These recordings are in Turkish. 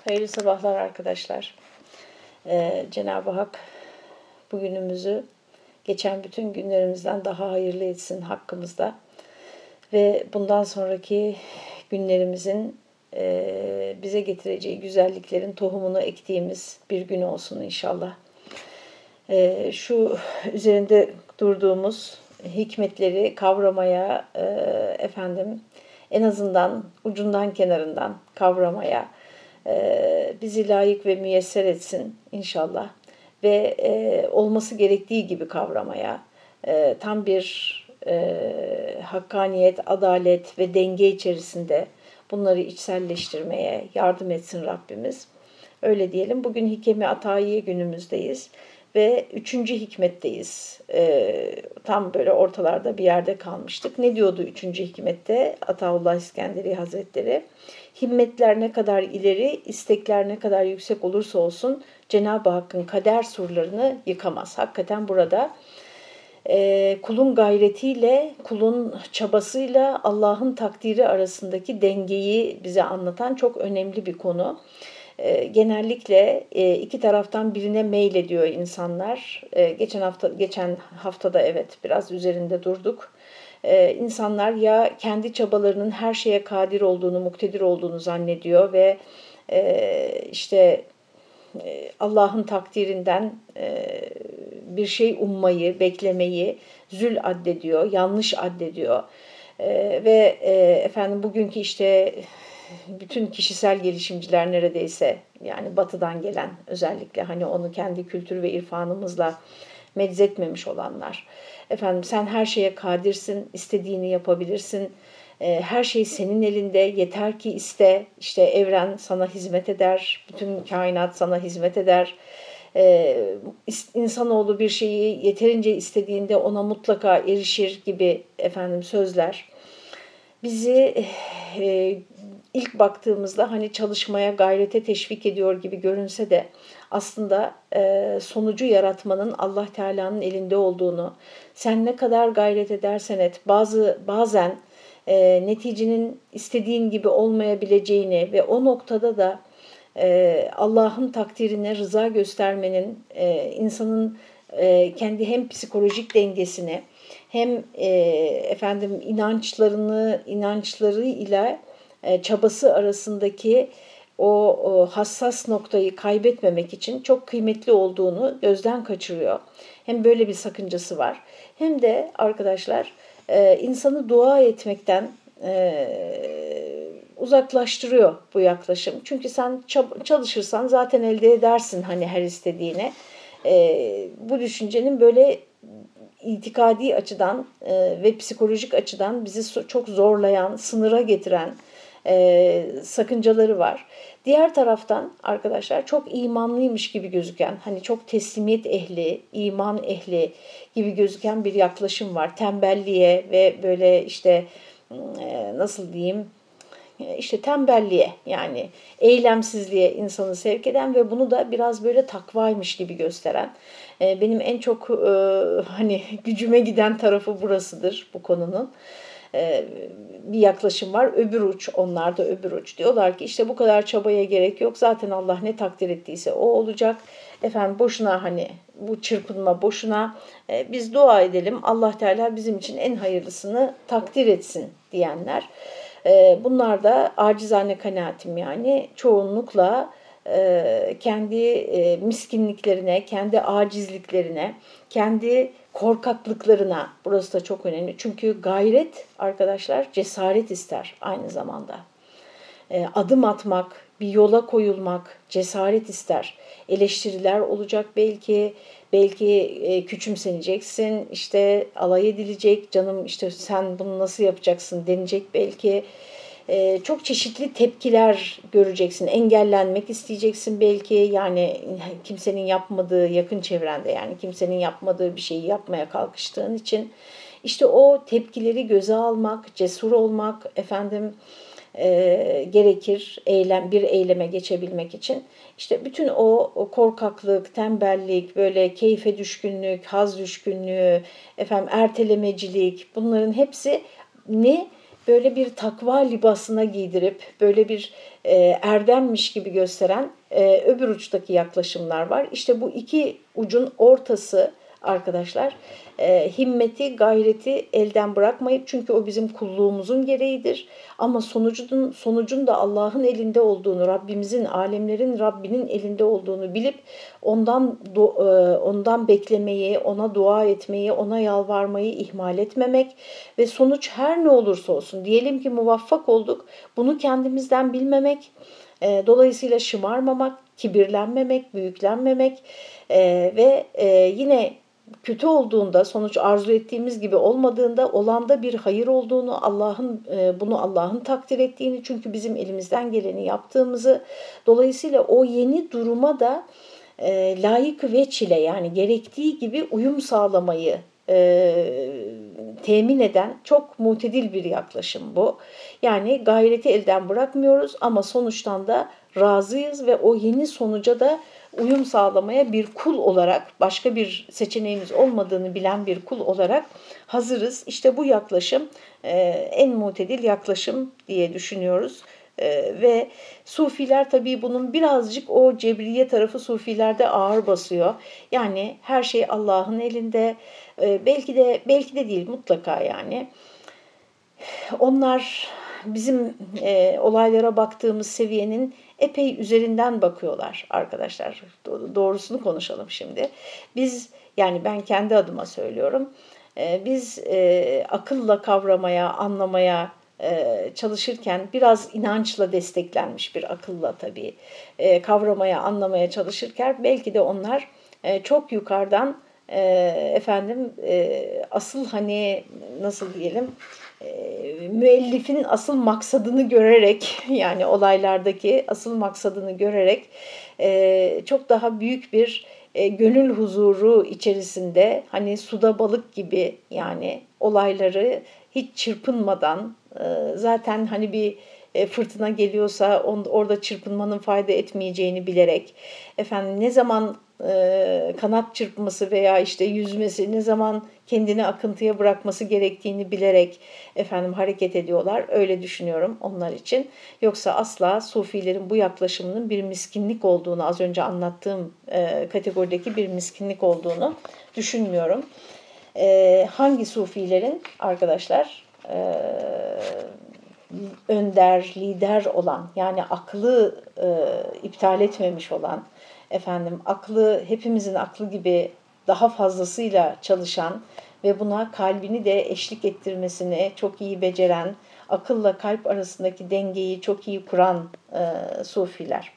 Hayırlı sabahlar arkadaşlar. Cenab-ı Hak bugünümüzü geçen bütün günlerimizden daha hayırlı etsin hakkımızda. Ve bundan sonraki günlerimizin bize getireceği güzelliklerin tohumunu ektiğimiz bir gün olsun inşallah. Şu üzerinde durduğumuz hikmetleri kavramaya, en azından ucundan kenarından kavramaya bizi layık ve müyesser etsin inşallah. Ve olması gerektiği gibi kavramaya, tam bir hakkaniyet, adalet ve denge içerisinde bunları içselleştirmeye yardım etsin Rabbimiz. Öyle diyelim. Bugün Hikemi Atayiye günümüzdeyiz ve 3. hikmetteyiz. Tam böyle ortalarda bir yerde kalmıştık. Ne diyordu 3. hikmette Ataullah İskenderi Hazretleri? Himmetler ne kadar ileri, istekler ne kadar yüksek olursa olsun Cenab-ı Hakk'ın kader surlarını yıkamaz. Hakikaten burada kulun gayretiyle, kulun çabasıyla Allah'ın takdiri arasındaki dengeyi bize anlatan çok önemli bir konu. Genellikle iki taraftan birine meylediyor insanlar. Geçen haftada evet biraz üzerinde durduk. İnsanlar ya kendi çabalarının her şeye kadir olduğunu, muktedir olduğunu zannediyor ve Allah'ın takdirinden bir şey ummayı, beklemeyi zül addediyor, yanlış addediyor. Bugünkü bütün kişisel gelişimciler neredeyse yani batıdan gelen özellikle hani onu kendi kültür ve irfanımızla medzetmemiş olanlar. Sen her şeye kadirsin, istediğini yapabilirsin. Her şey senin elinde, yeter ki iste. İşte evren sana hizmet eder, bütün kainat sana hizmet eder. İnsanoğlu bir şeyi yeterince istediğinde ona mutlaka erişir gibi sözler. Bizi ilk baktığımızda hani çalışmaya, gayrete teşvik ediyor gibi görünse de aslında sonucu yaratmanın Allah Teala'nın elinde olduğunu, sen ne kadar gayret edersen et, bazen neticenin istediğin gibi olmayabileceğini ve o noktada da Allah'ın takdirine rıza göstermenin insanın kendi hem psikolojik dengesini hem inançları ile çabası arasındaki o hassas noktayı kaybetmemek için çok kıymetli olduğunu gözden kaçırıyor. Hem böyle bir sakıncası var. Hem de arkadaşlar insanı dua etmekten uzaklaştırıyor bu yaklaşım. Çünkü sen çalışırsan zaten elde edersin hani her istediğine. Bu düşüncenin böyle itikadi açıdan ve psikolojik açıdan bizi çok zorlayan, sınıra getiren sakıncaları var. Diğer taraftan arkadaşlar çok imanlıymış gibi gözüken, hani çok teslimiyet ehli, iman ehli gibi gözüken bir yaklaşım var. Tembelliğe ve böyle nasıl diyeyim, tembelliğe yani eylemsizliğe insanı sevk eden ve bunu da biraz böyle takvaymış gibi gösteren. Benim en çok gücüme giden tarafı burasıdır bu konunun. Bir yaklaşım var. Öbür uç, onlar da öbür uç. Diyorlar ki bu kadar çabaya gerek yok. Zaten Allah ne takdir ettiyse o olacak. Boşuna bu çırpınma boşuna. Biz dua edelim. Allah Teala bizim için en hayırlısını takdir etsin diyenler. Bunlar da acizane kanaatim çoğunlukla kendi miskinliklerine, kendi acizliklerine, kendi korkaklıklarına, burası da çok önemli. Çünkü gayret arkadaşlar cesaret ister aynı zamanda. Adım atmak, bir yola koyulmak cesaret ister. Eleştiriler olacak belki küçümseneceksin, alay edilecek, canım sen bunu nasıl yapacaksın denecek belki. Çok çeşitli tepkiler göreceksin, engellenmek isteyeceksin belki kimsenin yapmadığı yakın çevrende kimsenin yapmadığı bir şeyi yapmaya kalkıştığın için o tepkileri göze almak, cesur olmak gerekir bir eyleme geçebilmek için. Bütün o korkaklık, tembellik, böyle keyfe düşkünlük, haz düşkünlüğü, ertelemecilik bunların hepsi böyle bir takva libasına giydirip böyle bir erdemmiş gibi gösteren öbür uçtaki yaklaşımlar var. İşte bu iki ucun ortası arkadaşlar, himmeti, gayreti elden bırakmayıp, çünkü o bizim kulluğumuzun gereğidir. Ama sonucun da Allah'ın elinde olduğunu, Rabbimizin, alemlerin Rabbinin elinde olduğunu bilip ondan beklemeyi, ona dua etmeyi, ona yalvarmayı ihmal etmemek ve sonuç her ne olursa olsun, diyelim ki muvaffak olduk, bunu kendimizden bilmemek, dolayısıyla şımarmamak, kibirlenmemek, büyüklenmemek ve yine kötü olduğunda, sonuç arzu ettiğimiz gibi olmadığında olanda bir hayır olduğunu, bunu Allah'ın takdir ettiğini, çünkü bizim elimizden geleni yaptığımızı, dolayısıyla o yeni duruma da layık veç ile, yani gerektiği gibi uyum sağlamayı temin eden çok mutedil bir yaklaşım bu. Yani gayreti elden bırakmıyoruz ama sonuçtan da razıyız ve o yeni sonuca da uyum sağlamaya bir kul olarak, başka bir seçeneğimiz olmadığını bilen bir kul olarak hazırız. İşte bu yaklaşım en mutedil yaklaşım diye düşünüyoruz. Ve Sufiler tabii bunun birazcık, o cebriye tarafı Sufilerde ağır basıyor. Yani her şey Allah'ın elinde, belki de değil, mutlaka yani. Onlar bizim olaylara baktığımız seviyenin epey üzerinden bakıyorlar arkadaşlar. Doğrusunu konuşalım şimdi. Yani ben kendi adıma söylüyorum. Biz akılla kavramaya, anlamaya çalışırken, biraz inançla desteklenmiş bir akılla tabii kavramaya, anlamaya çalışırken, belki de onlar çok yukarıdan asıl, hani nasıl diyelim, müellifin asıl maksadını görerek, yani olaylardaki asıl maksadını görerek çok daha büyük bir gönül huzuru içerisinde, hani suda balık gibi, yani olayları hiç çırpınmadan, zaten hani bir fırtına geliyorsa orada çırpınmanın fayda etmeyeceğini bilerek, ne zaman kanat çırpması veya işte yüzmesi, ne zaman kendini akıntıya bırakması gerektiğini bilerek hareket ediyorlar. Öyle düşünüyorum onlar için. Yoksa asla Sufilerin bu yaklaşımının bir miskinlik olduğunu, az önce anlattığım kategorideki bir miskinlik olduğunu düşünmüyorum. Hangi Sufilerin arkadaşlar önder, lider olan, yani aklı iptal etmemiş olan, aklı hepimizin aklı gibi daha fazlasıyla çalışan ve buna kalbini de eşlik ettirmesini çok iyi beceren, akılla kalp arasındaki dengeyi çok iyi kuran Sufiler.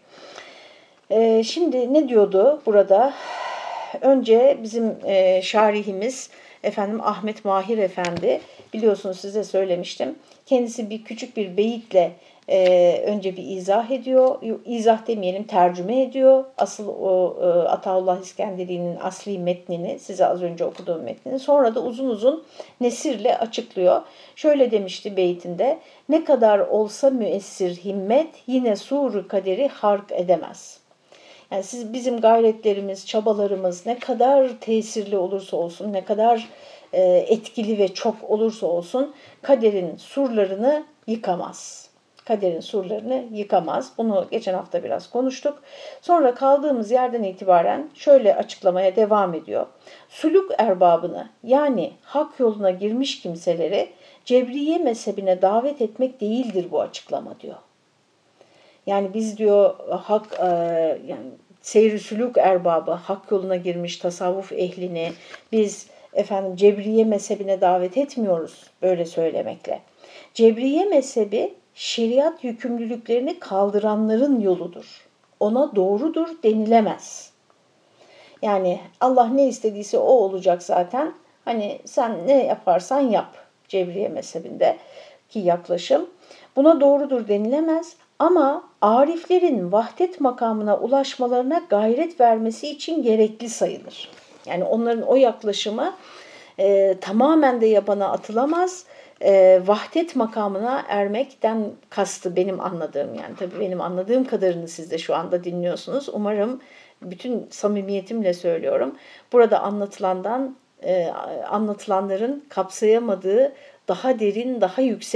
Şimdi ne diyordu burada? Önce bizim şarihimiz Ahmet Mahir Efendi, biliyorsunuz, size söylemiştim. Kendisi küçük bir beyitle önce bir izah ediyor. İzah demeyelim, tercüme ediyor. Asıl o Ataullah İskenderi'nin asli metnini, size az önce okuduğum metnini. Sonra da uzun uzun nesirle açıklıyor. Şöyle demişti beytinde: ne kadar olsa müessir himmet, yine sur-u kaderi hark edemez. Yani bizim gayretlerimiz, çabalarımız ne kadar tesirli olursa olsun, ne kadar etkili ve çok olursa olsun, kaderin surlarını yıkamaz. Kaderin surlarını yıkamaz. Bunu geçen hafta biraz konuştuk. Sonra kaldığımız yerden itibaren şöyle açıklamaya devam ediyor. Suluk erbabını, yani hak yoluna girmiş kimseleri Cebriye mezhebine davet etmek değildir bu açıklama, diyor. Yani biz, diyor, yani seyr-i sülûk erbabı, hak yoluna girmiş tasavvuf ehlini biz Cebriye mezhebine davet etmiyoruz böyle söylemekle. Cebriye mezhebi şeriat yükümlülüklerini kaldıranların yoludur. Ona doğrudur denilemez. Yani Allah ne istediyse o olacak zaten. Hani sen ne yaparsan yap, Cebriye mezhebindeki yaklaşım. Buna doğrudur denilemez. Ama ariflerin vahdet makamına ulaşmalarına gayret vermesi için gerekli sayılır. Yani onların o yaklaşımı tamamen de yabana atılamaz. Vahdet makamına ermekten kastı, benim anladığım, yani tabii benim anladığım kadarını siz de şu anda dinliyorsunuz. Umarım, bütün samimiyetimle söylüyorum, burada anlatılanların kapsayamadığı daha derin, daha yüksek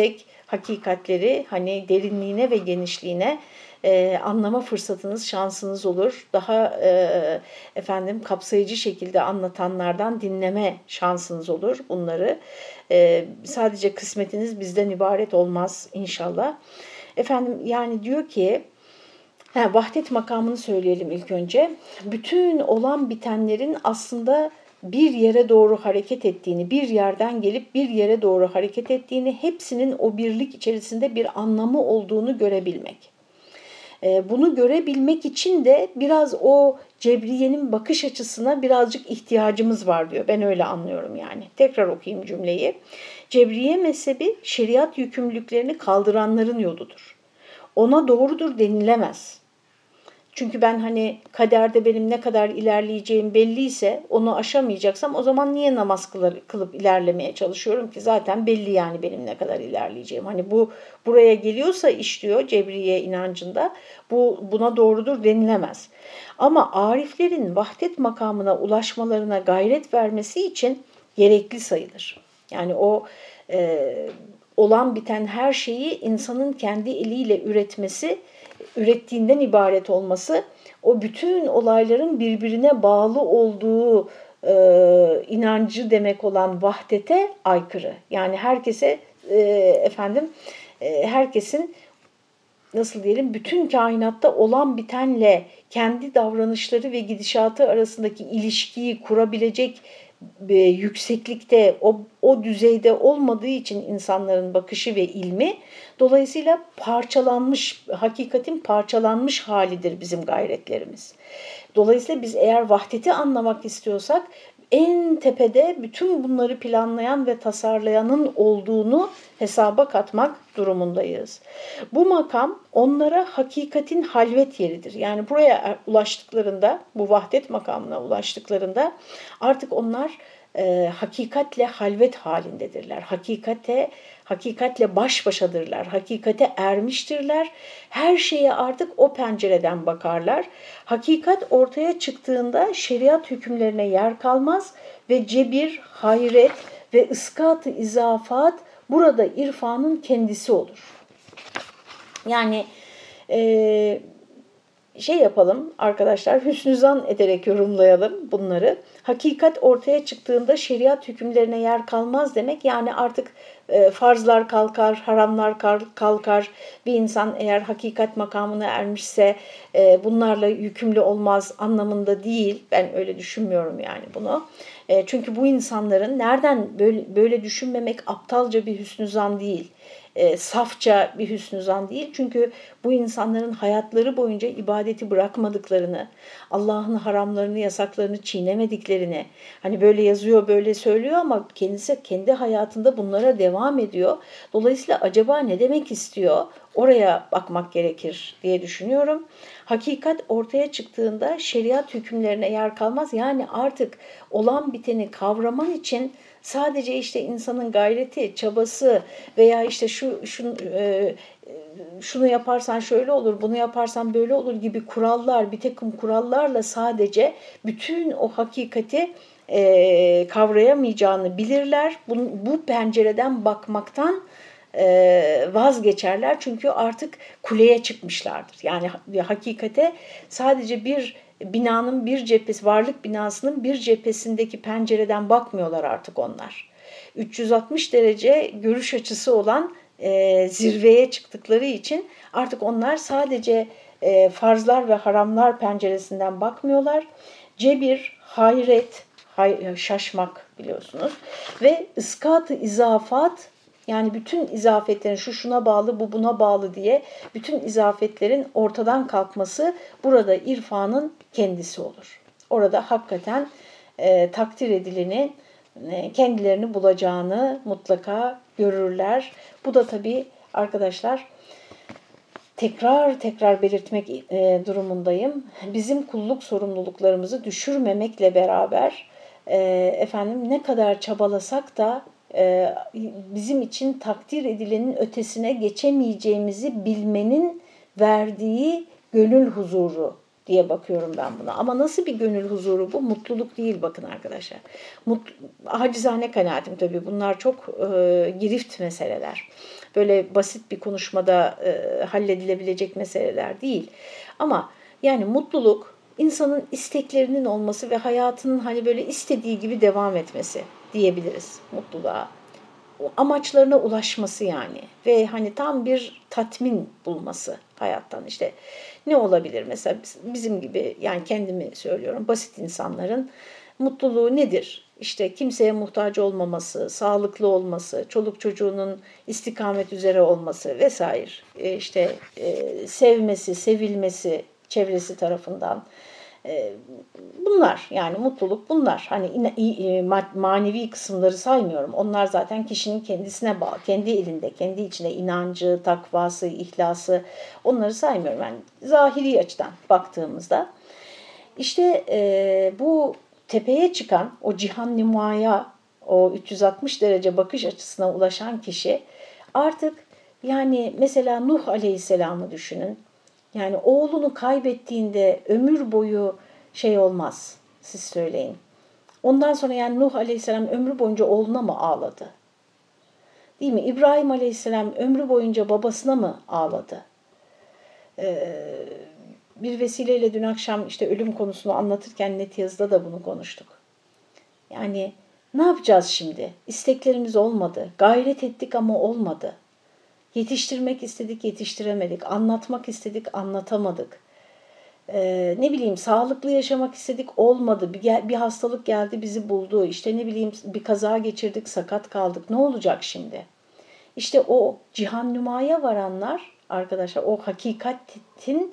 hakikatleri hani derinliğine ve genişliğine anlama fırsatınız, şansınız olur. Daha kapsayıcı şekilde anlatanlardan dinleme şansınız olur bunları. Sadece kısmetiniz bizden ibaret olmaz inşallah. Yani diyor ki, vahdet makamını söyleyelim ilk önce. Bütün olan bitenlerin aslında bir yere doğru hareket ettiğini, bir yerden gelip bir yere doğru hareket ettiğini, hepsinin o birlik içerisinde bir anlamı olduğunu görebilmek. Bunu görebilmek için de biraz o Cebriye'nin bakış açısına birazcık ihtiyacımız var diyor. Ben öyle anlıyorum yani. Tekrar okuyayım cümleyi. Cebriye mezhebi şeriat yükümlülüklerini kaldıranların yoludur. Ona doğrudur denilemez. Çünkü ben hani kaderde benim ne kadar ilerleyeceğim belliyse, onu aşamayacaksam o zaman niye namaz kılıp ilerlemeye çalışıyorum ki? Zaten belli yani benim ne kadar ilerleyeceğim. Hani bu buraya geliyorsa iş diyor Cebriye inancında, buna doğrudur denilemez. Ama ariflerin vahdet makamına ulaşmalarına gayret vermesi için gerekli sayılır. Yani o olan biten her şeyi insanın kendi eliyle ürettiğinden ibaret olması, o bütün olayların birbirine bağlı olduğu inancı demek olan vahdete aykırı. Yani herkesin nasıl diyelim, bütün kainatta olan bitenle kendi davranışları ve gidişatı arasındaki ilişkiyi kurabilecek yükseklikte, o düzeyde olmadığı için insanların bakışı ve ilmi, dolayısıyla hakikatin parçalanmış halidir bizim gayretlerimiz. Dolayısıyla biz eğer vahdeti anlamak istiyorsak, en tepede bütün bunları planlayan ve tasarlayanın olduğunu hesaba katmak durumundayız. Bu makam onlara hakikatin halvet yeridir. Yani buraya ulaştıklarında, bu vahdet makamına ulaştıklarında artık onlar hakikatle halvet halindedirler. Hakikatle baş başadırlar. Hakikate ermiştirler. Her şeye artık o pencereden bakarlar. Hakikat ortaya çıktığında şeriat hükümlerine yer kalmaz ve cebir, hayret ve ıskat-ı izafat burada irfanın kendisi olur. Yani yapalım arkadaşlar, hüsnü zan ederek yorumlayalım bunları. Hakikat ortaya çıktığında şeriat hükümlerine yer kalmaz demek. Yani artık farzlar kalkar, haramlar kalkar. Bir insan eğer hakikat makamına ermişse bunlarla yükümlü olmaz anlamında değil. Ben öyle düşünmüyorum yani bunu. Çünkü bu insanların nereden böyle düşünmemek aptalca bir hüsnü zan değil. Safça bir hüsnü zan değil. Çünkü bu insanların hayatları boyunca ibadeti bırakmadıklarını, Allah'ın haramlarını, yasaklarını çiğnemediklerini, hani böyle yazıyor, böyle söylüyor ama kendisi kendi hayatında bunlara devam ediyor. Dolayısıyla acaba ne demek istiyor? Oraya bakmak gerekir diye düşünüyorum. Hakikat ortaya çıktığında şeriat hükümlerine yer kalmaz. Yani artık olan biteni kavraman için sadece işte insanın gayreti, çabası veya işte şunu yaparsan şöyle olur, bunu yaparsan böyle olur gibi bir takım kurallarla sadece bütün o hakikati kavrayamayacağını bilirler. Bu pencereden bakmaktan vazgeçerler. Çünkü artık kuleye çıkmışlardır. Yani hakikate sadece bir binanın bir cephesi, varlık binasının bir cephesindeki pencereden bakmıyorlar artık onlar. 360 derece görüş açısı olan zirveye çıktıkları için artık onlar sadece farzlar ve haramlar penceresinden bakmıyorlar. Cebir, hayret, şaşmak biliyorsunuz ve ıskat-ı izafat, yani bütün izafetlerin şuna bağlı, bu buna bağlı diye bütün izafetlerin ortadan kalkması burada irfanın kendisi olur. Orada hakikaten takdir edileni, kendilerini bulacağını mutlaka görürler. Bu da tabii arkadaşlar, tekrar belirtmek durumundayım. Bizim kulluk sorumluluklarımızı düşürmemekle beraber ne kadar çabalasak da bizim için takdir edilenin ötesine geçemeyeceğimizi bilmenin verdiği gönül huzuru diye bakıyorum ben buna. Ama nasıl bir gönül huzuru bu? Mutluluk değil bakın arkadaşlar. Acizane kanaatim tabii, bunlar çok girift meseleler. böyle basit bir konuşmada halledilebilecek meseleler değil. Ama yani mutluluk insanın isteklerinin olması ve hayatının hani böyle istediği gibi devam etmesi diyebiliriz mutluluğa. O amaçlarına ulaşması yani ve hani tam bir tatmin bulması hayattan. İşte ne olabilir mesela bizim gibi, yani kendimi söylüyorum, basit insanların mutluluğu nedir? İşte kimseye muhtaç olmaması, sağlıklı olması, çoluk çocuğunun istikamet üzere olması vesaire. İşte sevmesi, sevilmesi çevresi tarafından. Bunlar, yani mutluluk bunlar. Hani manevi kısımları saymıyorum. Onlar zaten kişinin kendisine bağlı, kendi elinde, kendi içine inancı, takvası, ihlası, onları saymıyorum. Yani zahiri açıdan baktığımızda işte bu tepeye çıkan o cihan nimaya, o 360 derece bakış açısına ulaşan kişi artık, yani mesela Nuh Aleyhisselam'ı düşünün. Yani oğlunu kaybettiğinde ömür boyu şey olmaz, siz söyleyin. Ondan sonra yani Nuh Aleyhisselam ömrü boyunca oğluna mı ağladı? Değil mi? İbrahim Aleyhisselam ömrü boyunca babasına mı ağladı? Bir vesileyle dün akşam işte ölüm konusunu anlatırken Net Yazı'da da bunu konuştuk. Yani ne yapacağız şimdi? İsteklerimiz olmadı. Gayret ettik ama olmadı. Yetiştirmek istedik, yetiştiremedik. Anlatmak istedik, anlatamadık. Ne bileyim, sağlıklı yaşamak istedik, olmadı. Bir hastalık geldi, bizi buldu. İşte ne bileyim, bir kaza geçirdik, sakat kaldık. Ne olacak şimdi? İşte o cihan nümaya varanlar arkadaşlar, o hakikatin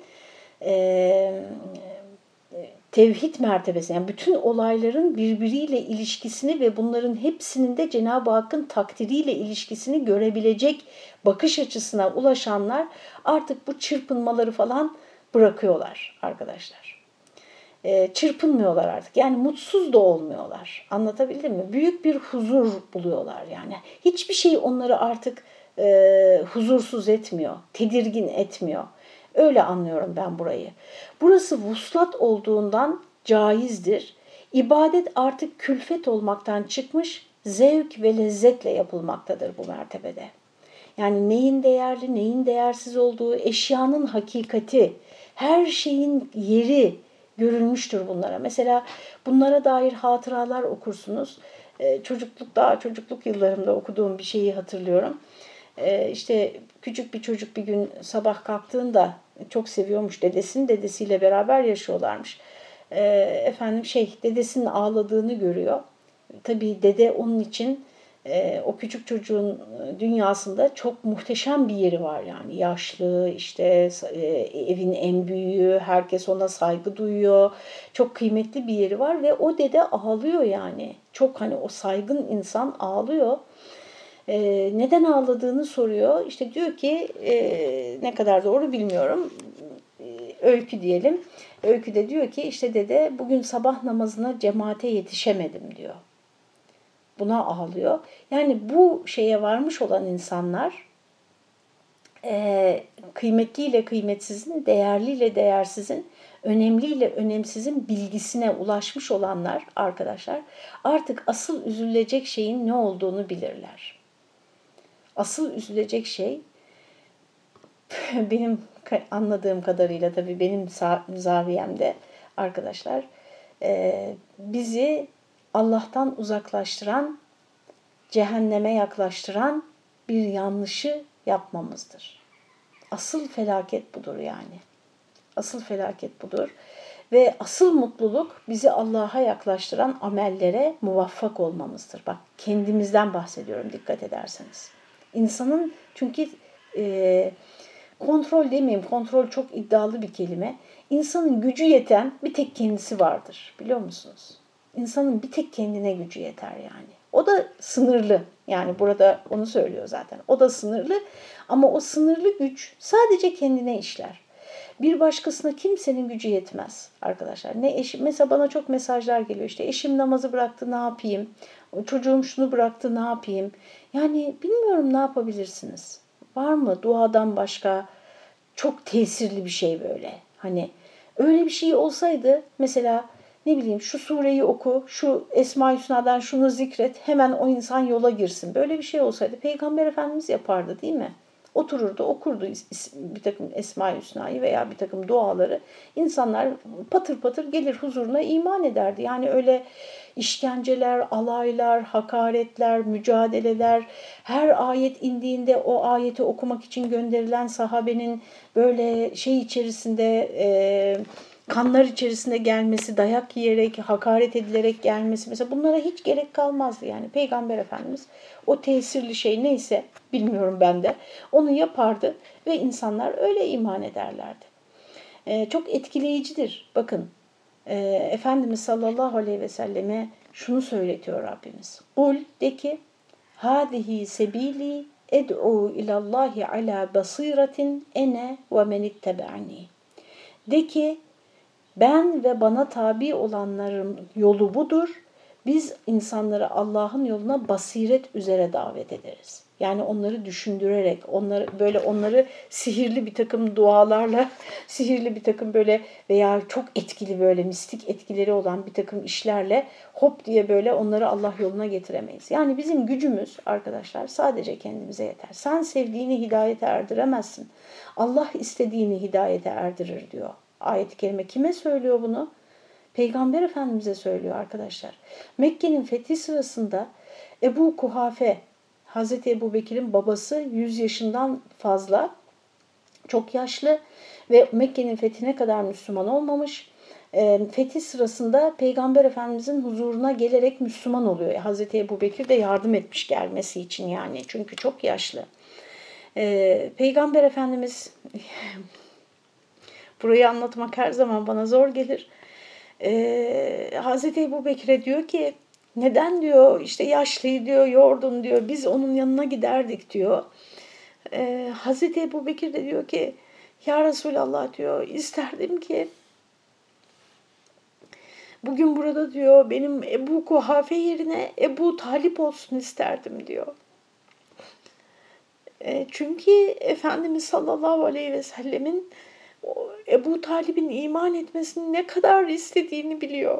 tevhid mertebesi, yani bütün olayların birbiriyle ilişkisini ve bunların hepsinin de Cenab-ı Hakk'ın takdiriyle ilişkisini görebilecek bakış açısına ulaşanlar artık bu çırpınmaları falan bırakıyorlar arkadaşlar. Çırpınmıyorlar artık. Yani mutsuz da olmuyorlar. Anlatabildim mi? Büyük bir huzur buluyorlar yani. Hiçbir şey onları artık huzursuz etmiyor, tedirgin etmiyor. Öyle anlıyorum ben burayı. Burası vuslat olduğundan caizdir. İbadet artık külfet olmaktan çıkmış, zevk ve lezzetle yapılmaktadır bu mertebede. Yani neyin değerli, neyin değersiz olduğu, eşyanın hakikati, her şeyin yeri görülmüştür bunlara. Mesela bunlara dair hatıralar okursunuz. Çocukluk yıllarımda okuduğum bir şeyi hatırlıyorum. İşte küçük bir çocuk bir gün sabah kalktığında çok seviyormuş dedesini, dedesiyle beraber yaşıyorlarmış. Dedesinin ağladığını görüyor. Tabii dede onun için o küçük çocuğun dünyasında çok muhteşem bir yeri var yani. Yaşlı, işte evin en büyüğü, herkes ona saygı duyuyor. Çok kıymetli bir yeri var ve o dede ağlıyor yani. Çok hani o saygın insan ağlıyor. Neden ağladığını soruyor. İşte diyor ki ne kadar doğru bilmiyorum. Öykü diyelim. Öyküde diyor ki işte dede bugün sabah namazına cemaate yetişemedim diyor. Buna ağlıyor. Yani bu şeye varmış olan insanlar kıymetliyle kıymetsizin, değerliyle değersizin, önemliyle önemsizin bilgisine ulaşmış olanlar arkadaşlar artık asıl üzülecek şeyin ne olduğunu bilirler. Asıl üzülecek şey benim anladığım kadarıyla, tabii benim zaviyemde arkadaşlar, bizi Allah'tan uzaklaştıran, cehenneme yaklaştıran bir yanlışı yapmamızdır. Asıl felaket budur yani. Asıl felaket budur. Ve asıl mutluluk bizi Allah'a yaklaştıran amellere muvaffak olmamızdır. Bak, kendimizden bahsediyorum dikkat ederseniz. İnsanın çünkü kontrol demeyeyim, kontrol çok iddialı bir kelime. İnsanın gücü yeten bir tek kendisi vardır, biliyor musunuz? İnsanın bir tek kendine gücü yeter yani. O da sınırlı. Yani burada onu söylüyor zaten. O da sınırlı ama o sınırlı güç sadece kendine işler. Bir başkasına kimsenin gücü yetmez arkadaşlar. Ne eşim, mesela bana çok mesajlar geliyor, işte eşim namazı bıraktı, ne yapayım? Çocuğum şunu bıraktı, ne yapayım? Yani bilmiyorum, ne yapabilirsiniz? Var mı duadan başka çok tesirli bir şey böyle? Hani öyle bir şey olsaydı mesela ne bileyim şu sureyi oku, şu Esma-i Hüsna'dan şunu zikret, hemen o insan yola girsin. Böyle bir şey olsaydı Peygamber Efendimiz yapardı değil mi? Otururdu, okurdu bir takım Esma-i Hüsna'yı veya bir takım duaları. İnsanlar patır patır gelir huzuruna iman ederdi. Yani öyle işkenceler, alaylar, hakaretler, mücadeleler, her ayet indiğinde o ayeti okumak için gönderilen sahabenin böyle şey içerisinde, kanlar içerisinde gelmesi, dayak yiyerek, hakaret edilerek gelmesi, mesela bunlara hiç gerek kalmazdı. Yani Peygamber Efendimiz o tesirli şey neyse, bilmiyorum ben de, onu yapardı ve insanlar öyle iman ederlerdi. Çok etkileyicidir. Bakın, Efendimiz sallallahu aleyhi ve selleme şunu söyletiyor Rabbimiz. Kul, de ki, hâzihi sebîlî ed'û ilallâhi alâ basîretin ene ve menittebe'ani. De ki, ben ve bana tabi olanların yolu budur. Biz insanları Allah'ın yoluna basiret üzere davet ederiz. Yani onları düşündürerek, onları sihirli bir takım dualarla, sihirli bir takım böyle veya çok etkili böyle mistik etkileri olan bir takım işlerle hop diye böyle onları Allah yoluna getiremeyiz. Yani bizim gücümüz arkadaşlar sadece kendimize yeter. Sen sevdiğini hidayete erdiremezsin. Allah istediğini hidayete erdirir diyor. Ayet-i kerime kime söylüyor bunu? Peygamber Efendimiz'e söylüyor arkadaşlar. Mekke'nin fethi sırasında Ebu Kuhafe, Hazreti Ebu Bekir'in babası 100 yaşından fazla, çok yaşlı ve Mekke'nin fethine kadar Müslüman olmamış. Fethi sırasında Peygamber Efendimiz'in huzuruna gelerek Müslüman oluyor. Hazreti Ebu Bekir de yardım etmiş gelmesi için yani çünkü çok yaşlı. Peygamber Efendimiz... Burayı anlatmak her zaman bana zor gelir. Hazreti Ebu Bekir'e diyor ki, neden diyor, işte yaşlıyı diyor, yordun diyor, biz onun yanına giderdik diyor. Hazreti Ebu Bekir de diyor ki, ya Resulallah diyor, isterdim ki bugün burada diyor benim Ebu Kuhafe yerine Ebu Talip olsun isterdim diyor. Çünkü Efendimiz sallallahu aleyhi ve sellemin Ebu Talib'in iman etmesini ne kadar istediğini biliyor.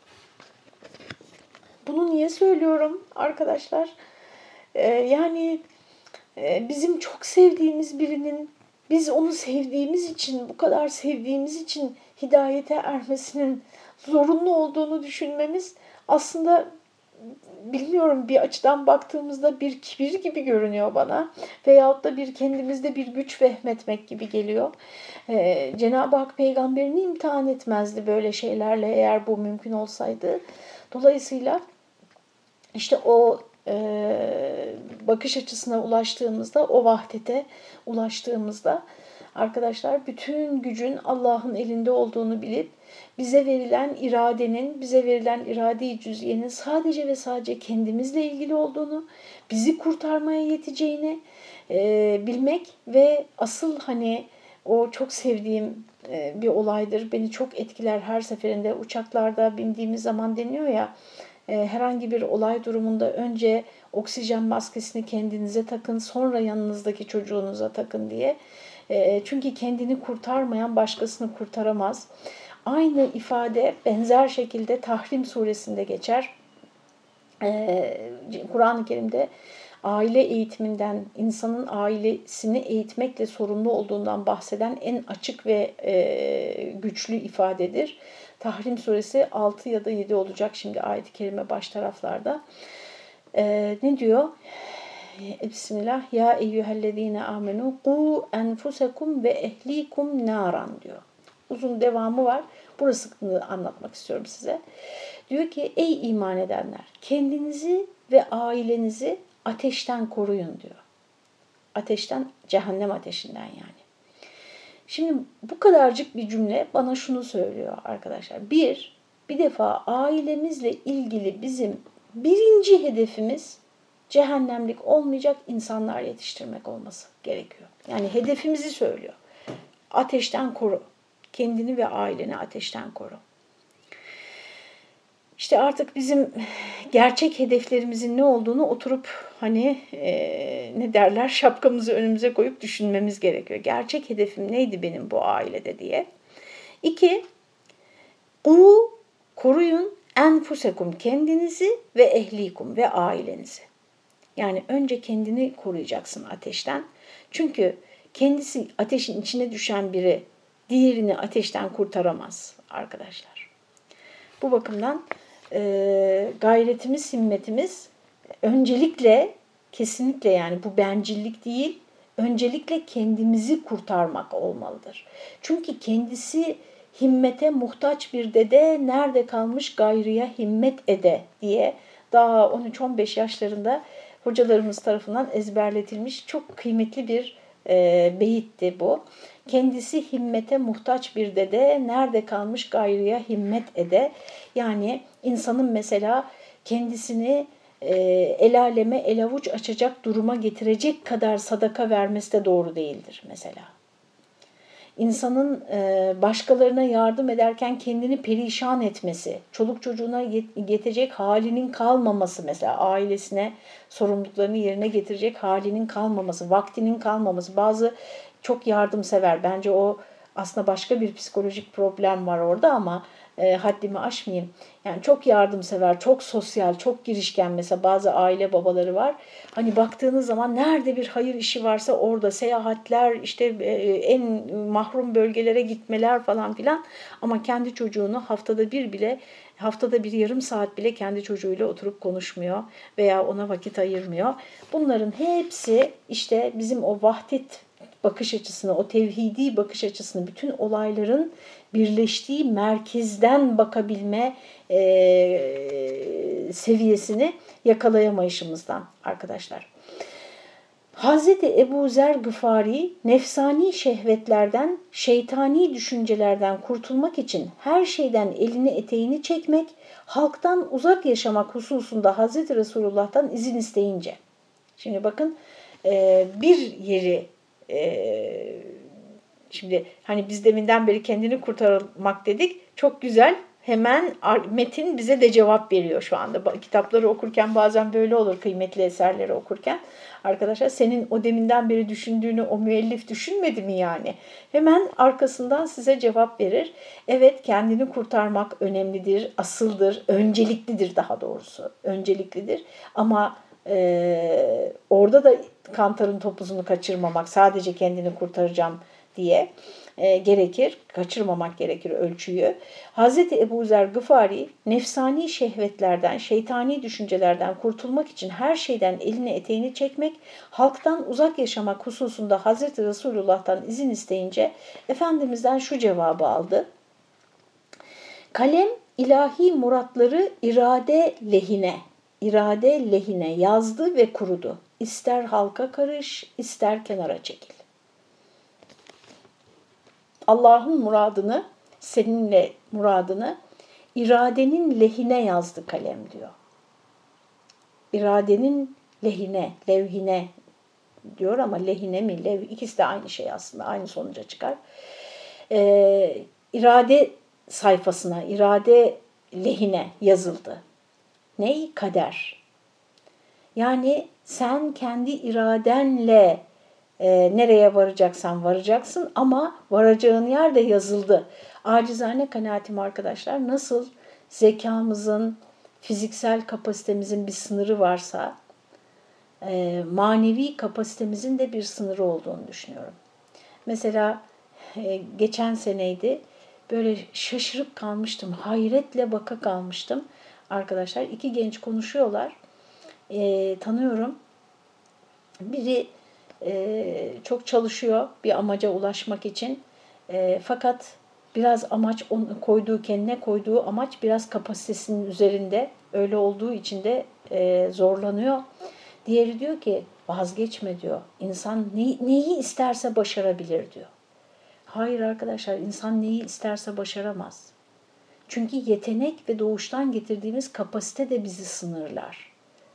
Bunu niye söylüyorum arkadaşlar? Yani bizim çok sevdiğimiz birinin, biz onu sevdiğimiz için, bu kadar sevdiğimiz için hidayete ermesinin zorunlu olduğunu düşünmemiz aslında, bilmiyorum, bir açıdan baktığımızda bir kibir gibi görünüyor bana veyahut da bir kendimizde bir güç vehmetmek gibi geliyor. Cenab-ı Hak peygamberini imtihan etmezdi böyle şeylerle eğer bu mümkün olsaydı. Dolayısıyla işte o bakış açısına ulaştığımızda, o vahdete ulaştığımızda arkadaşlar bütün gücün Allah'ın elinde olduğunu bilip bize verilen iradenin, bize verilen irade-i cüz'iyenin sadece ve sadece kendimizle ilgili olduğunu, bizi kurtarmaya yeteceğini bilmek ve asıl hani o çok sevdiğim bir olaydır. Beni çok etkiler her seferinde. Uçaklarda bindiğimiz zaman deniyor ya, herhangi bir olay durumunda önce oksijen maskesini kendinize takın, sonra yanınızdaki çocuğunuza takın diye. Çünkü kendini kurtarmayan başkasını kurtaramaz. Aynı ifade benzer şekilde Tahrim suresinde geçer. Kur'an-ı Kerim'de aile eğitiminden, insanın ailesini eğitmekle sorumlu olduğundan bahseden en açık ve güçlü ifadedir. Tahrim suresi 6 ya da 7 olacak şimdi ayet-i kerime baş taraflarda. Ne diyor? Bismillah. Ya eyyühellezine amenu qu enfusekum ve ehlikum naran diyor. Uzun devamı var. Burasını anlatmak istiyorum size. Diyor ki ey iman edenler, kendinizi ve ailenizi ateşten koruyun diyor. Ateşten, cehennem ateşinden yani. Şimdi bu kadarcık bir cümle bana şunu söylüyor arkadaşlar. Bir defa ailemizle ilgili bizim birinci hedefimiz cehennemlik olmayacak insanlar yetiştirmek olması gerekiyor. Yani hedefimizi söylüyor. Ateşten koru. Kendini ve aileni ateşten koru. İşte artık bizim gerçek hedeflerimizin ne olduğunu oturup hani ne derler, şapkamızı önümüze koyup düşünmemiz gerekiyor. Gerçek hedefim neydi benim bu ailede diye. 2, Koruyun enfusekum, kendinizi ve ehlikum, ve ailenizi. Yani önce kendini koruyacaksın ateşten. Çünkü kendisi ateşin içine düşen biri diğerini ateşten kurtaramaz arkadaşlar. Bu bakımdan gayretimiz, himmetimiz öncelikle, kesinlikle, yani bu bencillik değil, öncelikle kendimizi kurtarmak olmalıdır. Çünkü kendisi himmete muhtaç bir dede nerede kalmış gayrıya himmet ede diye daha 13-15 yaşlarında hocalarımız tarafından ezberletilmiş çok kıymetli bir beyitti bu. Kendisi himmete muhtaç bir dede nerede kalmış gayrıya himmet ede. Yani insanın mesela kendisini el aleme el avuç açacak duruma getirecek kadar sadaka vermesi de doğru değildir mesela. İnsanın başkalarına yardım ederken kendini perişan etmesi, çoluk çocuğuna yetecek halinin kalmaması, mesela ailesine sorumluluklarını yerine getirecek halinin kalmaması, vaktinin kalmaması. Bazı çok yardımsever, bence o aslında başka bir psikolojik problem var orada ama haddimi aşmayayım. Yani çok yardımsever, çok sosyal, çok girişken mesela bazı aile babaları var. Hani baktığınız zaman nerede bir hayır işi varsa orada seyahatler, işte en mahrum bölgelere gitmeler falan filan. Ama kendi çocuğunu haftada bir yarım saat bile kendi çocuğuyla oturup konuşmuyor veya ona vakit ayırmıyor. Bunların hepsi işte bizim o vahdet bakış açısını, o tevhidi bakış açısını, bütün olayların birleştiği merkezden bakabilme seviyesini yakalayamayışımızdan arkadaşlar. Hazreti Ebu Zer Gıfari nefsani şehvetlerden, şeytani düşüncelerden kurtulmak için her şeyden elini eteğini çekmek, halktan uzak yaşamak hususunda Hazreti Resulullah'tan izin isteyince. Şimdi bakın bir yeri şimdi hani biz deminden beri kendini kurtarmak dedik. Çok güzel. Hemen metin bize de cevap veriyor şu anda. Kitapları okurken bazen böyle olur, kıymetli eserleri okurken. Arkadaşlar senin o deminden beri düşündüğünü o müellif düşünmedi mi yani? Hemen arkasından size cevap verir. Evet, kendini kurtarmak önemlidir, asıldır, önceliklidir daha doğrusu. Önceliklidir ama orada da kantarın topuzunu kaçırmamak, sadece kendini kurtaracağım diye gerekir. Kaçırmamak gerekir ölçüyü. Hazreti Ebu Zer Gıfari nefsani şehvetlerden, şeytani düşüncelerden kurtulmak için her şeyden elini eteğini çekmek, halktan uzak yaşamak hususunda Hazreti Resulullah'tan izin isteyince Efendimiz'den şu cevabı aldı. Kalem ilahi muratları irade lehine yazdı ve kurudu. İster halka karış, ister kenara çekil. Allah'ın muradını, seninle muradını iradenin lehine yazdı kalem diyor. İradenin lehine, levhine diyor ama lehine mi, lev, ikisi de aynı şey aslında, aynı sonuca çıkar. İrade sayfasına, irade lehine yazıldı. Ney? Kader. Yani sen kendi iradenle nereye varacaksan varacaksın ama varacağın yer de yazıldı. Acizane kanaatim arkadaşlar, nasıl zekamızın, fiziksel kapasitemizin bir sınırı varsa manevi kapasitemizin de bir sınırı olduğunu düşünüyorum. Mesela geçen seneydi, böyle şaşırıp kalmıştım, hayretle baka kalmıştım. Arkadaşlar iki genç konuşuyorlar, tanıyorum. Biri çok çalışıyor bir amaca ulaşmak için. Fakat biraz amaç, kendine koyduğu amaç biraz kapasitesinin üzerinde. Öyle olduğu için de zorlanıyor. Diğeri diyor ki vazgeçme diyor. İnsan neyi isterse başarabilir diyor. Hayır arkadaşlar, insan neyi isterse başaramaz. Çünkü yetenek ve doğuştan getirdiğimiz kapasite de bizi sınırlar.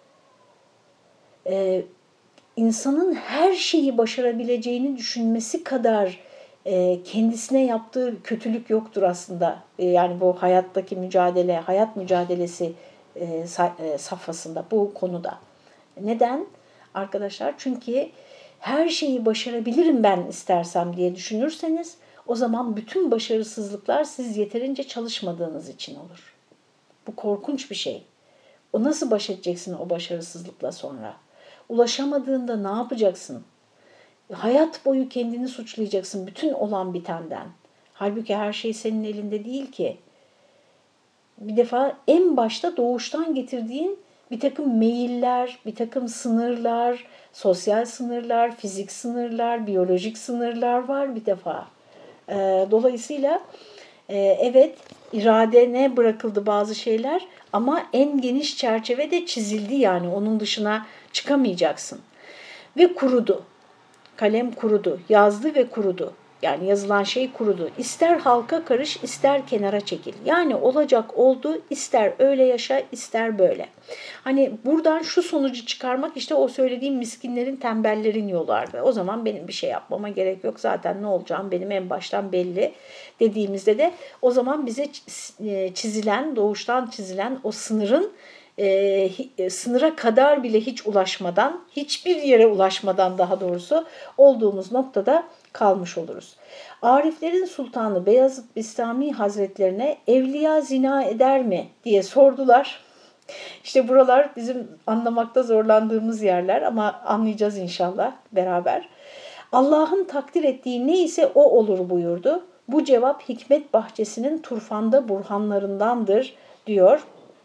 İnsanın her şeyi başarabileceğini düşünmesi kadar kendisine yaptığı kötülük yoktur aslında. Yani bu hayattaki mücadele, hayat mücadelesi safhasında, bu konuda. Neden arkadaşlar? Çünkü her şeyi başarabilirim ben istersem diye düşünürseniz o zaman bütün başarısızlıklar siz yeterince çalışmadığınız için olur. Bu korkunç bir şey. O nasıl baş edeceksin o başarısızlıkla sonra? Ulaşamadığında ne yapacaksın? Hayat boyu kendini suçlayacaksın bütün olan bitenden. Halbuki her şey senin elinde değil ki. Bir defa en başta doğuştan getirdiğin bir takım meyiller, bir takım sınırlar, sosyal sınırlar, fizik sınırlar, biyolojik sınırlar var bir defa. Dolayısıyla evet iradene bırakıldı bazı şeyler ama en geniş çerçevede çizildi, yani onun dışına çıkamayacaksın. Ve kurudu. Kalem kurudu, yazdı ve kurudu. Yani yazılan şey kurudu. İster halka karış, ister kenara çekil. Yani olacak oldu, ister öyle yaşa, ister böyle. Hani buradan şu sonucu çıkarmak işte o söylediğim miskinlerin, tembellerin yolu abi. O zaman benim bir şey yapmama gerek yok. Zaten ne olacağım benim en baştan belli dediğimizde de o zaman bize çizilen, doğuştan çizilen o sınırın sınıra kadar bile hiç ulaşmadan, hiçbir yere ulaşmadan daha doğrusu olduğumuz noktada kalmış oluruz. Ariflerin Sultanı Beyazıt Bistami Hazretlerine evliya zina eder mi diye sordular. İşte buralar bizim anlamakta zorlandığımız yerler ama anlayacağız inşallah beraber. Allah'ın takdir ettiği neyse o olur buyurdu. Bu cevap hikmet bahçesinin turfanda burhanlarındandır diyor.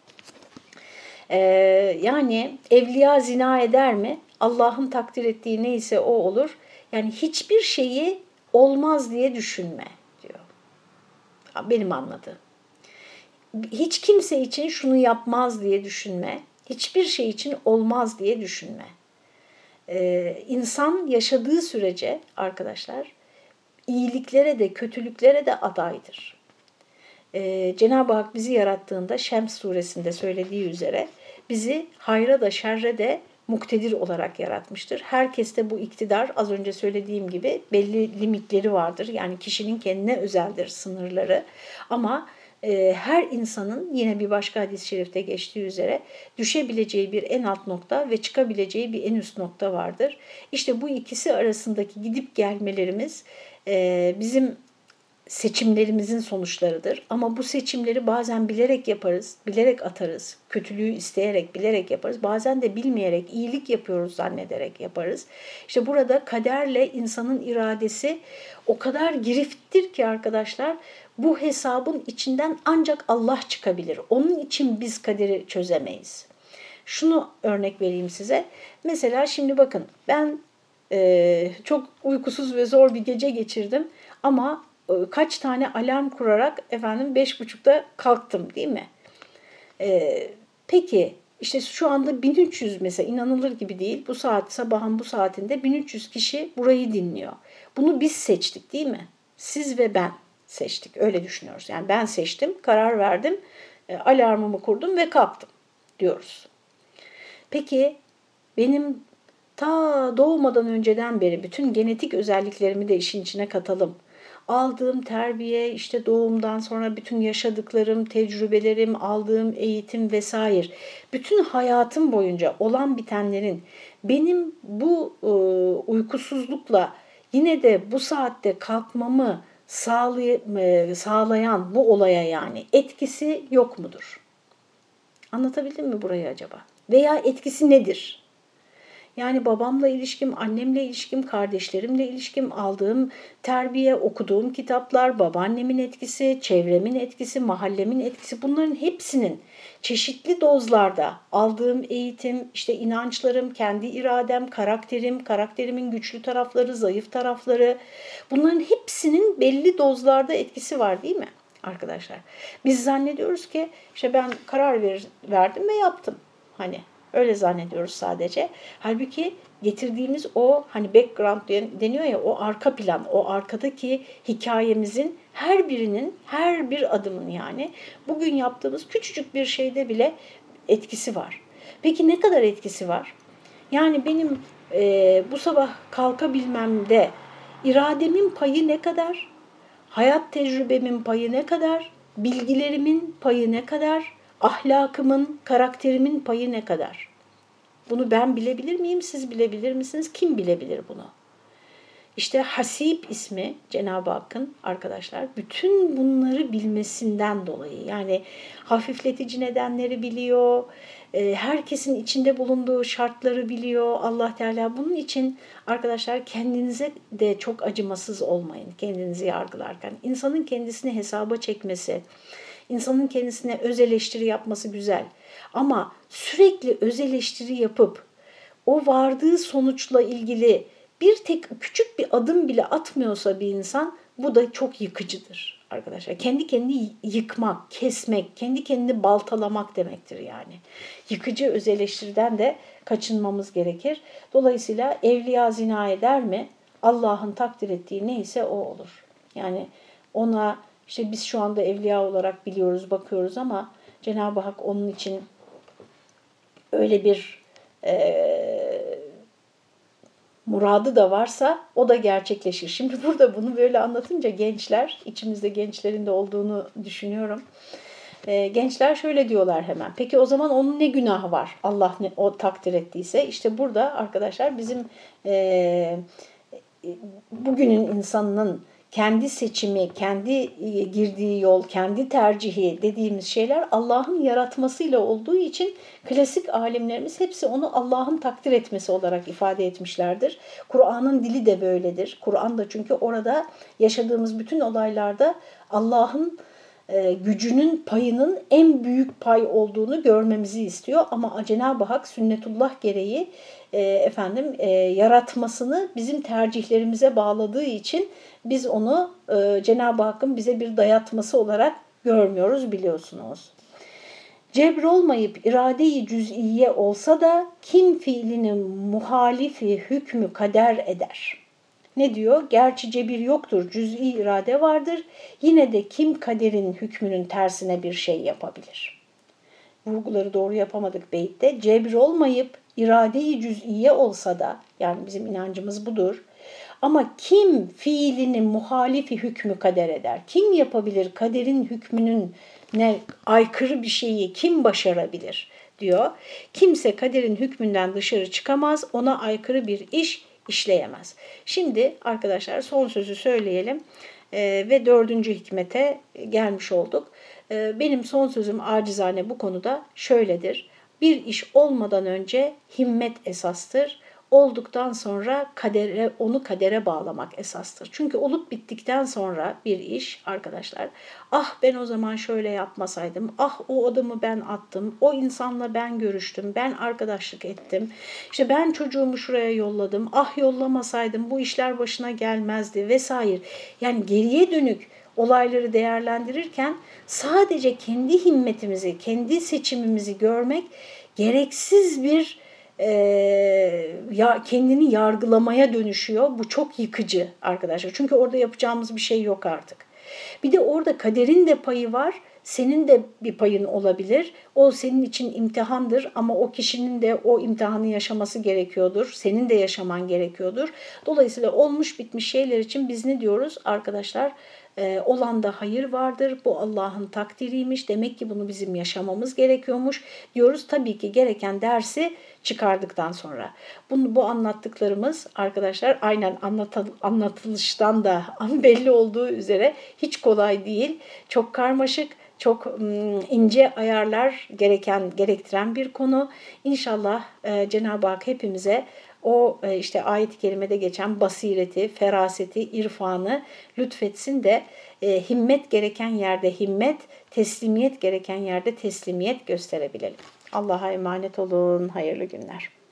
Yani evliya zina eder mi? Allah'ın takdir ettiği neyse o olur. Yani hiçbir şeyi olmaz diye düşünme diyor. Benim anladığım. Hiç kimse için şunu yapmaz diye düşünme. Hiçbir şey için olmaz diye düşünme. İnsan yaşadığı sürece arkadaşlar iyiliklere de kötülüklere de adaydır. Cenab-ı Hak bizi yarattığında Şems suresinde söylediği üzere bizi hayra da şerre de muktedir olarak yaratmıştır. Herkeste bu iktidar az önce söylediğim gibi belli limitleri vardır. Yani kişinin kendine özeldir sınırları. Ama her insanın yine bir başka hadis-i şerifte geçtiği üzere düşebileceği bir en alt nokta ve çıkabileceği bir en üst nokta vardır. İşte bu ikisi arasındaki gidip gelmelerimiz bizim seçimlerimizin sonuçlarıdır. Ama bu seçimleri bazen bilerek yaparız, bilerek atarız. Kötülüğü isteyerek, bilerek yaparız. Bazen de bilmeyerek, iyilik yapıyoruz zannederek yaparız. İşte burada kaderle insanın iradesi o kadar girifttir ki arkadaşlar, bu hesabın içinden ancak Allah çıkabilir. Onun için biz kaderi çözemeyiz. Şunu örnek vereyim size. Mesela şimdi bakın ben çok uykusuz ve zor bir gece geçirdim ama kaç tane alarm kurarak 5.30'da kalktım değil mi? Peki işte şu anda 1300 mesela, inanılır gibi değil, bu saat sabahın bu saatinde 1300 kişi burayı dinliyor. Bunu biz seçtik değil mi? Siz ve ben seçtik, öyle düşünüyoruz. Yani ben seçtim, karar verdim, alarmımı kurdum ve kalktım diyoruz. Peki benim ta doğmadan önceden beri bütün genetik özelliklerimi de işin içine katalım. Aldığım terbiye, işte doğumdan sonra bütün yaşadıklarım, tecrübelerim, aldığım eğitim vesaire, bütün hayatım boyunca olan bitenlerin benim bu uykusuzlukla yine de bu saatte kalkmamı sağlayan bu olaya yani etkisi yok mudur? Anlatabildim mi burayı acaba? Veya etkisi nedir? Yani babamla ilişkim, annemle ilişkim, kardeşlerimle ilişkim, aldığım terbiye, okuduğum kitaplar, babaannemin etkisi, çevremin etkisi, mahallemin etkisi, bunların hepsinin çeşitli dozlarda aldığım eğitim, işte inançlarım, kendi iradem, karakterimin güçlü tarafları, zayıf tarafları, bunların hepsinin belli dozlarda etkisi var değil mi arkadaşlar? Biz zannediyoruz ki işte ben karar verdim ve yaptım. Hani öyle zannediyoruz sadece. Halbuki getirdiğimiz o hani background deniyor ya, o arka plan, o arkadaki hikayemizin her birinin, her bir adımın yani bugün yaptığımız küçücük bir şeyde bile etkisi var. Peki ne kadar etkisi var? Yani benim bu sabah kalkabilmemde irademin payı ne kadar? Hayat tecrübemin payı ne kadar? Bilgilerimin payı ne kadar? Ahlakımın, karakterimin payı ne kadar? Bunu ben bilebilir miyim? Siz bilebilir misiniz? Kim bilebilir bunu? İşte Hasib ismi Cenab-ı Hakk'ın arkadaşlar bütün bunları bilmesinden dolayı, yani hafifletici nedenleri biliyor, herkesin içinde bulunduğu şartları biliyor Allah Teala. Bunun için arkadaşlar kendinize de çok acımasız olmayın kendinizi yargılarken. İnsanın kendisini hesaba çekmesi, insanın kendisine öz eleştiri yapması güzel. Ama sürekli öz eleştiri yapıp o vardığı sonuçla ilgili bir tek küçük bir adım bile atmıyorsa bir insan, bu da çok yıkıcıdır arkadaşlar. Kendi kendini yıkmak, kesmek, kendi kendini baltalamak demektir yani. Yıkıcı öz eleştiriden de kaçınmamız gerekir. Dolayısıyla evliya zina eder mi? Allah'ın takdir ettiği neyse o olur. Yani ona işte biz şu anda evliya olarak biliyoruz, bakıyoruz ama Cenab-ı Hak onun için öyle bir muradı da varsa o da gerçekleşir. Şimdi burada bunu böyle anlatınca gençler, içimizde gençlerin de olduğunu düşünüyorum. Gençler şöyle diyorlar hemen. Peki o zaman onun ne günahı var? Allah ne, o takdir ettiyse. İşte burada arkadaşlar bizim bugünün insanının kendi seçimi, kendi girdiği yol, kendi tercihi dediğimiz şeyler Allah'ın yaratmasıyla olduğu için klasik alimlerimiz hepsi onu Allah'ın takdir etmesi olarak ifade etmişlerdir. Kur'an'ın dili de böyledir. Kur'an da çünkü orada yaşadığımız bütün olaylarda Allah'ın gücünün payının en büyük pay olduğunu görmemizi istiyor. Ama Cenab-ı Hak sünnetullah gereği yaratmasını bizim tercihlerimize bağladığı için biz onu Cenab-ı Hakk'ın bize bir dayatması olarak görmüyoruz, biliyorsunuz. Cebr olmayıp irade-i cüz'iye olsa da kim fiilinin muhalifi hükmü kader eder. Ne diyor? Gerçi cebir yoktur, cüz'i irade vardır. Yine de kim kaderin hükmünün tersine bir şey yapabilir? Vurguları doğru yapamadık beytte. Cebir olmayıp irade-i cüz'iye olsa da, yani bizim inancımız budur. Ama kim fiilinin muhalifi hükmü kader eder? Kim yapabilir kaderin hükmünün ne aykırı bir şeyi kim başarabilir diyor. Kimse kaderin hükmünden dışarı çıkamaz, ona aykırı bir iş işleyemez. Şimdi arkadaşlar son sözü söyleyelim ve 4. hikmete gelmiş olduk. Benim son sözüm acizane bu konuda şöyledir. Bir iş olmadan önce himmet esastır. Olduktan sonra onu kadere bağlamak esastır. Çünkü olup bittikten sonra bir iş arkadaşlar, ah ben o zaman şöyle yapmasaydım, ah o adımı ben attım, o insanla ben görüştüm, ben arkadaşlık ettim, işte ben çocuğumu şuraya yolladım, ah yollamasaydım bu işler başına gelmezdi vesaire. Yani geriye dönük olayları değerlendirirken sadece kendi himmetimizi, kendi seçimimizi görmek gereksiz bir kendini yargılamaya dönüşüyor. Bu çok yıkıcı arkadaşlar. Çünkü orada yapacağımız bir şey yok artık. Bir de orada kaderin de payı var. Senin de bir payın olabilir. O senin için imtihandır ama o kişinin de o imtihanı yaşaması gerekiyordur. Senin de yaşaman gerekiyordur. Dolayısıyla olmuş bitmiş şeyler için biz ne diyoruz arkadaşlar? Olanda hayır vardır. Bu Allah'ın takdiriymiş. Demek ki bunu bizim yaşamamız gerekiyormuş diyoruz. Tabii ki gereken dersi çıkardıktan sonra. Bu anlattıklarımız arkadaşlar aynen anlatılıştan da belli olduğu üzere hiç kolay değil. Çok karmaşık, çok ince ayarlar gerektiren bir konu. İnşallah Cenab-ı Hak hepimize o işte ayet-i kerimede geçen basireti, feraseti, irfanı lütfetsin de himmet gereken yerde himmet, teslimiyet gereken yerde teslimiyet gösterebilelim. Allah'a emanet olun. Hayırlı günler.